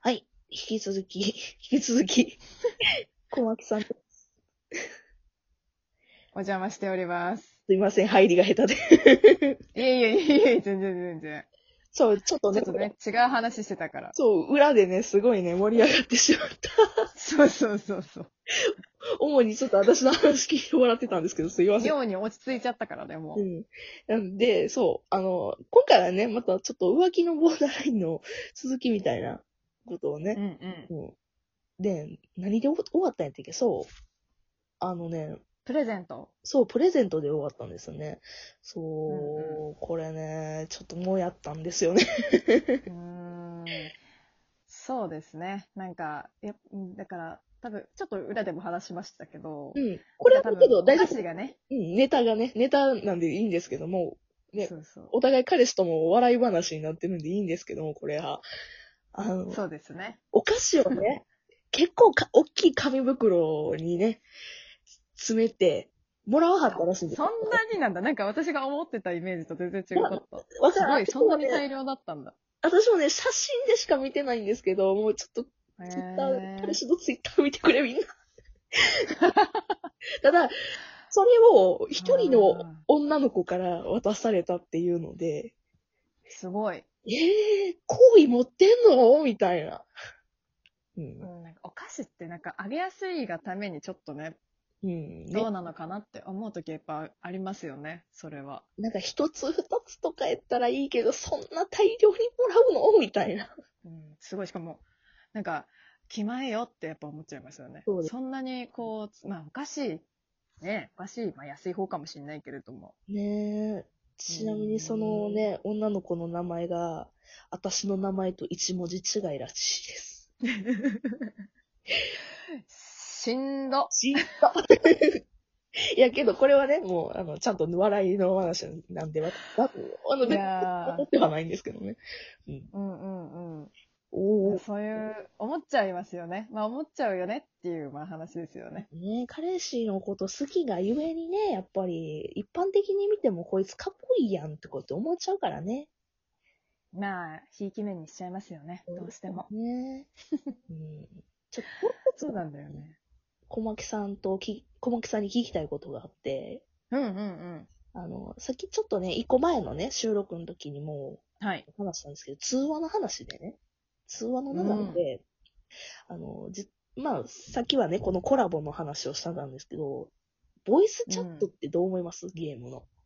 はい。引き続き、小牧さんと、 お邪魔しております。 すいません、入りが下手で。 いえいえいえいえ、全然全然。 そう、ちょっとね、 ちょっとね、違う話してたから。 そう、裏でね、すごいね、盛り上がってしまった。 そうそうそうそう。 主にちょっと私の話聞いてもらってたんですけど、すいません。 妙に落ち着いちゃったからね、もうん。なんで、そう、今回はね、またちょっと浮気のボーダーラインの続きみたいなことをう。うね、 んうん。 うん。で、何で終わったんやったっけ？そう。あのね、 プレゼント。 そう、プレゼントで終わったんですよね。 うんうそう、これね、ちょっともうやったんですよね。 ん。そうですね。なんか、だから、多分、ちょっと裏でも話しましたけど、 うん。これはだけなんか多分、お菓ど大丈夫。 子がね、 うん、ネタがね、ネタなんでいいんですけども、ね、 そうそう。 お互い彼氏とも笑い話になってるんでいいんですけども、これは。 そうですね。 お菓子をね、結構大きい紙袋にね、詰めて、もらわはったらしいんですそんよ。 なになんだ。なんか私が思ってたイメージと全然違いや、 かった。 わからん。 すごい、そんなに大量だったんだ。 私もね、写真でしか見てないんですけど、もうちょっと、 へツイッター、彼え。 氏のツイッター見てくれ、みんな。ただ、それを一人のああ、 女の子から渡されたっていうので、 すごい。 好意持ってんのみたいな。うん。 うん、なんかお菓子ってなんかあげやすいがためにちょっとね、 うん。ね。 どうなのかなって思うときやっぱありますよね、それは。 なんか一つ二つとかやったらいいけど、そんな大量にもらうのみたいな。 うん、すごい、しかも、なんか、気前よってやっぱ思っちゃいますよね。 そうでそんなにこう、まあお菓子、ね、お菓子、まあ安い方かもしれないけれども。 すね。 うーちなみにそのん。 ね、女の子の名前が、私の名前と一文字違いらしいです。 しんど。 しんど。いやけど、これはね、もう、ちゃんと笑いの話なんで、 い別に怒やってはないんですけどね。うん。 ー、うんうんうん。 おー。 そういう、思っちゃいますよね。まあ思っちゃうよねっていう、まあ話ですよね。 ね、彼氏のこと好きがゆえにね、やっぱり、一般的に見てもこいつかっこいいやんってこと思っちゃうからね。 まあ、ひいき目にしちゃいますよね。 そうですよどうしても。 ね。うん。ちょっと、もう一つ、 そうなんだよね。 小牧さんに聞きたいことがあって、 うんうんうん。 さっきちょっとね、一個前のね、収録の時にもはい。 話したんですけど、通話の話でね、通話のうん。 中で、あの、じ、まあ、さっきはね、このコラボの話をしたんですけど、ボイスチャットっうん。 てどう思います？ゲームの。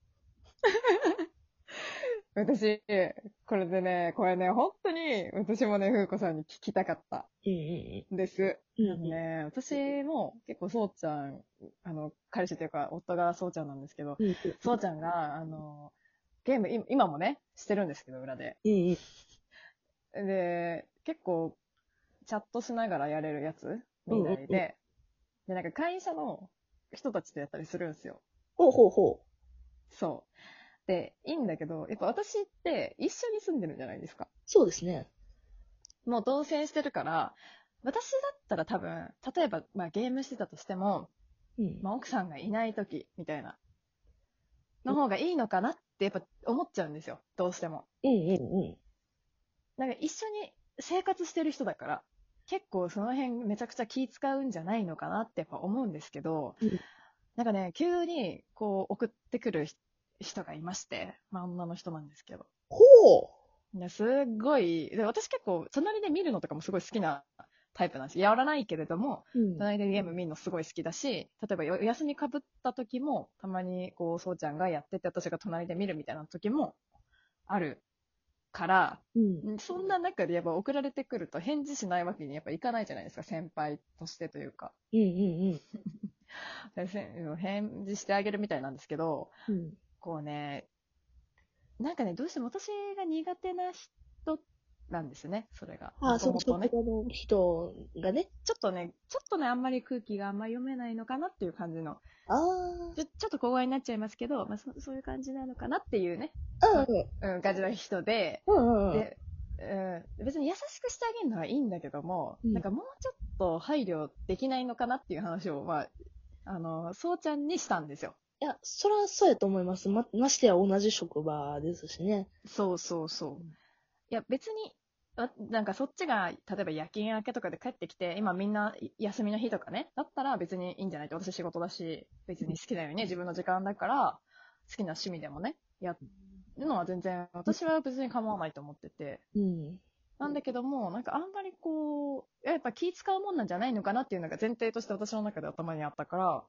私、これでね、これね、本当に、私もね、風子さんに聞きたかったうんうんんです。 うん。うんう私も結構そうちゃん、彼氏というか、夫がそうちゃんなんですけど、 ん。うんうんそうちゃんが、ゲーム、今もね、してるんですけど、裏で。 うんうん。 で、結構、チャットしながらやれるやつみうんうんうん。 たいで、で、なんか会社の人たちとやったりするんですよ。 ほうほうほう。 そう。で、いいんだけど、やっぱ私って一緒に住んでるじゃないですか。 そうですね。 もう同棲してるから、私だったら多分、例えば、まあゲームしてたとしても、 うん。 まあ奥さんがいない時みたいな、の方がいいのかなってやっぱ思っちゃうんですよ。どうしても。 うんうんうん。 なんか一緒に生活してる人だから、結構その辺めちゃくちゃ気使うんじゃないのかなってやっぱ思うんですけど、 うん。 なんかね、急にこう送ってくる人がいまして、まあ女の人なんですけど。 ほね、すっごい、で私結構隣で見るのとかもすごい好きなタイプなんです。やらないけれども、 う。うん。 隣でゲーム見るのすごい好きだし、例えばお休みかぶった時も、たまにこう、そうちゃんがやってて、私が隣で見るみたいな時もあるから、 うん。 そんな中でやっぱ送られてくると返事しないわけにやっぱいかないじゃないですか、先輩としてというか。 うんうんで返事してあげるみたいなんですけど、 うん。うん。 こうね、なんかね、どうしても私が苦手な人なんですね、それが。もああ、そのともとね。 職場の人がね。 ちょっとね、あんまり空気があんまり読めないのかなっていう感じの、 ああ。 ちょっと小声になっちゃいますけど、まあ、そういう感じなのかなっていうね、まあ、 うんうん。 感じの人で、 うんうん。 で、別に優しくしてあげるのはいいんだけども、 うん。 なんかもうちょっと配慮できないのかなっていう話を、まあ、そうちゃんにしたんですよ。 いや、そらそうやと思います。ましてや同じ職場ですしね。 そうそうそう。いや、別に、 なんかそっちが、例えば夜勤明けとかで帰ってきて、今みんな休みの日とかね、だったら別にいいんじゃないって、私仕事だし、別に好きだよね、自分の時間だから、好きな趣味でもね、やるのは全然、私は別に構わないと思ってて。 うん。 なんだけども、なんかあんまりこう、やっぱ気使うもんなんじゃないのかなっていうのが前提として私の中で頭にあったから、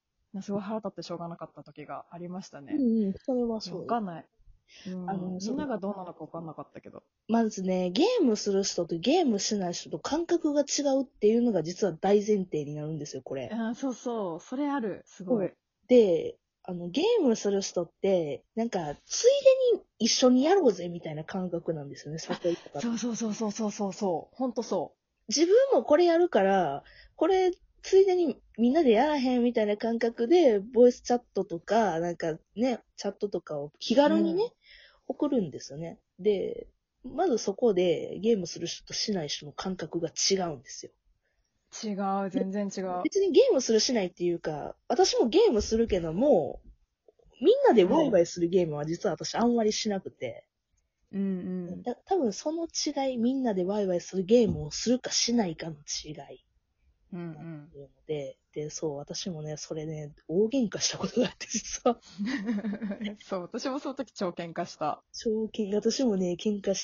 すごい腹立ってしょうがなかった時がありましたね。 うんうん、それはわそうです。 かんない。うん。みんながどうなのかわかんなかったけど。 まずね、ゲームする人とゲームしない人と感覚が違うっていうのが実は大前提になるんですよ、これ。 そうそう、それある、すごい。 そう。で、ゲームする人って、なんか、ついでに一緒にやろうぜみたいな感覚なんですよね、誘いとか。 そうそうそうそうそうそうそう、ほんとそ自分もこれやるから、これ、ついでにみんなでやらへんみたいな感覚で、ボイスチャットとか、なんかね、チャットとかを気う。 軽にね、送るんですよね。で、まずそこでゲームする人としない人の感覚が違うんですよ。 違う、全然違う。 別にゲームするしないっていうか、私もゲームするけども、みんなでワイワイするゲームは実は私あんまりしなくて、 うんうん。 多分その違い、みんなでワイワイするゲームをするかしないかの違い。 うんうっん。 ていうので、そう、私もね、それね、大喧嘩したことがあって、実は。 そう、私もその時超喧嘩した。 私もね、喧嘩して、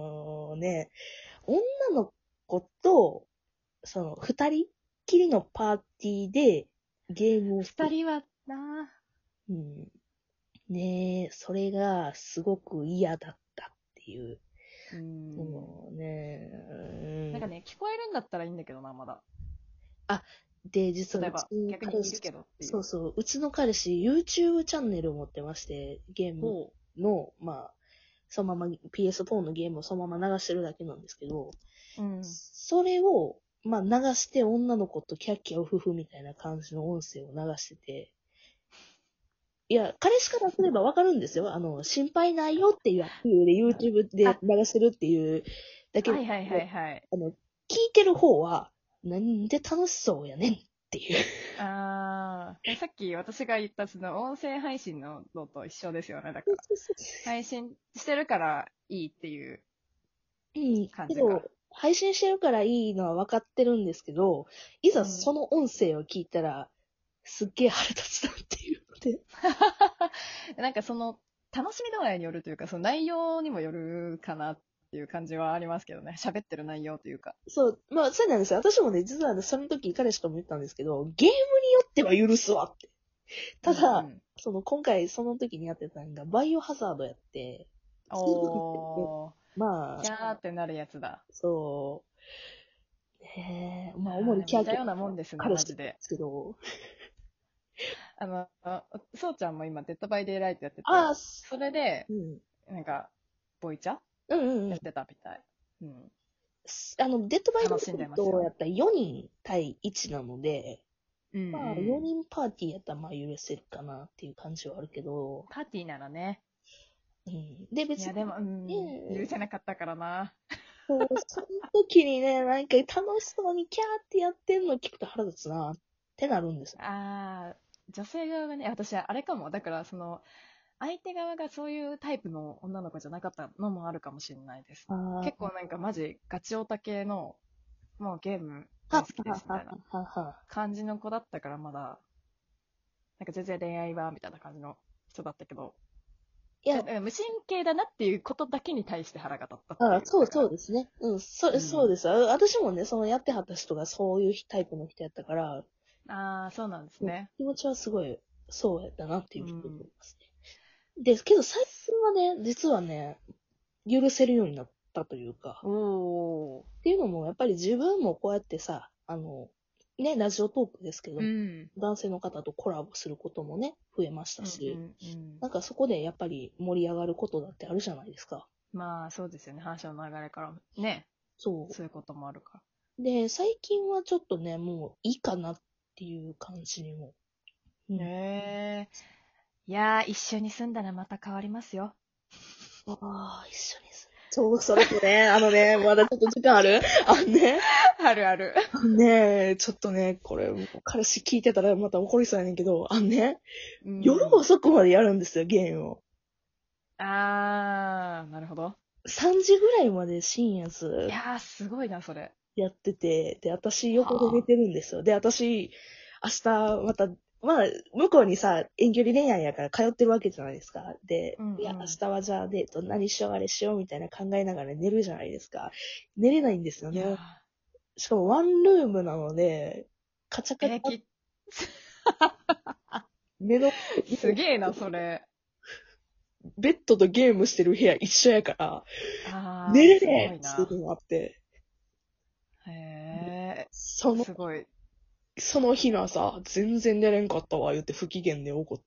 女の子と、二人きりのパーティーでゲームをする。 二人はな、 うん。ねえ、それがすごく嫌だったっていう。 うん。 もうね、 なんかね、聞こえるんだったらいいんだけどな、まだ。 あ、で、実は例えば、 うちの逆にいる彼氏、 けどっていう。 そうそう、うちの彼氏、YouTube チャンネルを持ってまして、ゲームほの、まあ、そのまま PS4 のゲームをそのまま流してるだけなんですけど、 う。うん。 それを、まあ、流して女の子とキャッキャウフフみたいな感じの音声を流してて、いや、彼氏からすればわかるんですよ。心配ないよっていうアピールで YouTube であ、 流してるっていうだけで、 はいはいはいはい。 聞いてる方は、なんで楽しそうやねんっていう。 さっき私が言ったその音声配信ののと一緒ですよね。だから、配信してるからいいっていううん、 感じが。 けど、配信してるからいいのは分かってるんですけど、いざうん。 その音声を聞いたら、すっげえ腹立つなっていうので。 なんかその、楽しみ度合いによるというか、その内容にもよるかなっていう感じはありますけどね。喋ってる内容というか。 そう、まあ、そうなんですよ。私もね、実はね、その時彼氏とも言ったんですけど、ゲームによっては許すわって。ただ、 うん今回その時にやってたのが、バイオハザードやって、 うん。おー、 まあ、 キャーってなるやつだ。 そう、まあ、主でも似たようにキャーキャーなもんですね、 彼氏なんでマジで。 すけど、 そうちゃんも今、デッドバイデイライトやってて、 ああ、 それで、 うん。 なんか、ボイチャうんうんうん。 やってたみたい。うん。 デッドバイデイ楽しんライでますよ。 トやったら4人対1なので、 うんうまあ、 ん。 4人パーティーやったらまあ許せるかなっていう感じはあるけど、 パーティーならね。 うん。で、別いや、でも、許にね、 せなかったからな。 その時にね、なんか楽しそうにキャーってやってんの聞くと腹立つなってなるんですよ。 女性側がね、私はあれかも。だから、相手側がそういうタイプの女の子じゃなかったのもあるかもしれないです。 あ結構なんかマジガチオタ系の、もうゲームは、 大好きですみたいなは、は。 感じの子だったからまだ、なんか全然恋愛はみたいな感じの人だったけど、 いや、 無神経だなっていうことだけに対して腹が立ったっていう。 そうだから。 そうですね。うん、 うん。 そうです。私もね、そのやってはった人がそういうタイプの人やったから、 そうなんですね。 気持ちはすごい、そうやったなっていうふうに思いうん。 ますね。で、けど最近はね、実はね、許せるようになったというか、 おー。 っていうのも、やっぱり自分もこうやってさ、ね、ラジオトークですけど、 うん。 男性の方とコラボすることもね、増えましたうんし、 うんうん。 なんかそこでやっぱり盛り上がることだってあるじゃないですか。 まあ、そうですよね。話の流れからね、 そそういうこともあるかう。で、最近はちょっとね、もういいかなっていう感じにも。うら。 ん。 いやー、一緒に住んだらまた変わりますよ。 ああ、一緒にする。そう、それとね、まだちょっと時間あるね、 あるある。 ちょっとね、これ、彼氏聞いてたらまた怒りそうやねんけど、 うん。 夜遅くまでやるんですよ、ゲームを。 なるほど。 3時ぐらいまで深夜いずやー、すごいな、それ。 やってて、で、私横で寝てるんですよ。で、私、明日また、まあ、向こうにさ、遠距離恋愛やから通ってるわけじゃないですか。で、 うんうん。 いや、明日はじゃあデート何しようあれしようみたいな考えながら寝るじゃないですか。寝れないんですよいやね。しかもワンルームなので、カチャカチー、 ャ、目の、 すげえな、それ。 ベッドとゲームしてる部屋一緒やから、寝あー、 れすごねえっていういな。 のもあって、 へその、 すごい。 その日の朝、全然寝れんかったわ、言って不機嫌で怒った。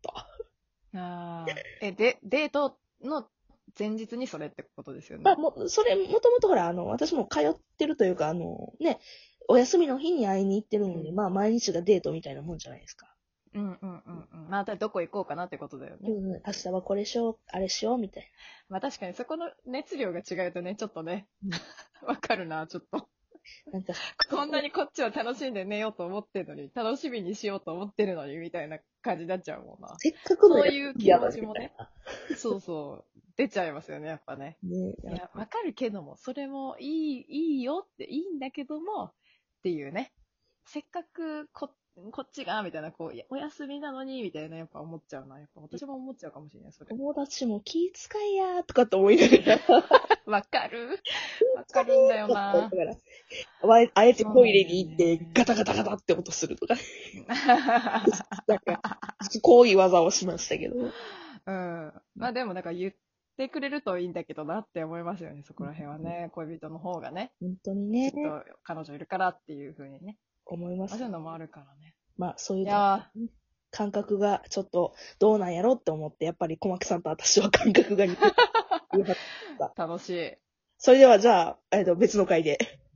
デートの前日にそれってことですよまあ、 ね。 それ、もともとほら、私も通ってるというか、ね、お休みの日に会いに行ってるので、 うん。 まあ、毎日がデートみたいなもんじゃないですか。 うんうんうんうん。またどこ行こうかなってことだよね。 うん、明日はこれしよう、あれしよう、みたいまあ確かにそこの熱量が違うとね、ちょっとね、 な。 わかるな、ちょっと。 なんか、 こんなにこっちは楽しんで寝ようと思ってるのに、楽しみにしようと思ってるのに、みたいな感じになっちゃうもんな。 せっかくのそう休いう気みやのに、 持ちもね、 みたいな。 そうそう、出ちゃいますよね、やっぱね。 ね、 いや、わかるけども、それもいいよっていいんだけども、っていうね。せっかくこっちが、みたいな、こう、いやお休みなのに、みたいな、やっぱ思っちゃうな。やっぱ私も思っちゃうかもしれない、それ。 友達も気遣いやーとかって思いながら、 わかるわかるんだよな。 だから、あえてトイレそうなんだよに行ってね。 ガタガタガタって音するとか、なんか、こういう技をしましたけど。 うん。まあでも、なんか言ってくれるといいんだけどなって思いますよね、そこら辺はね。恋人の方がね。 本当にね、 きっと彼女いるからっていう風にね。まあ、 思います。 そういうのもあるからね。 まあ、そういういや感覚がちょっとどうなんやろって思って、やっぱり小牧さんと私は感覚が似てるっていう話でした。 ー、楽しい。 それではじゃあ、別の回で。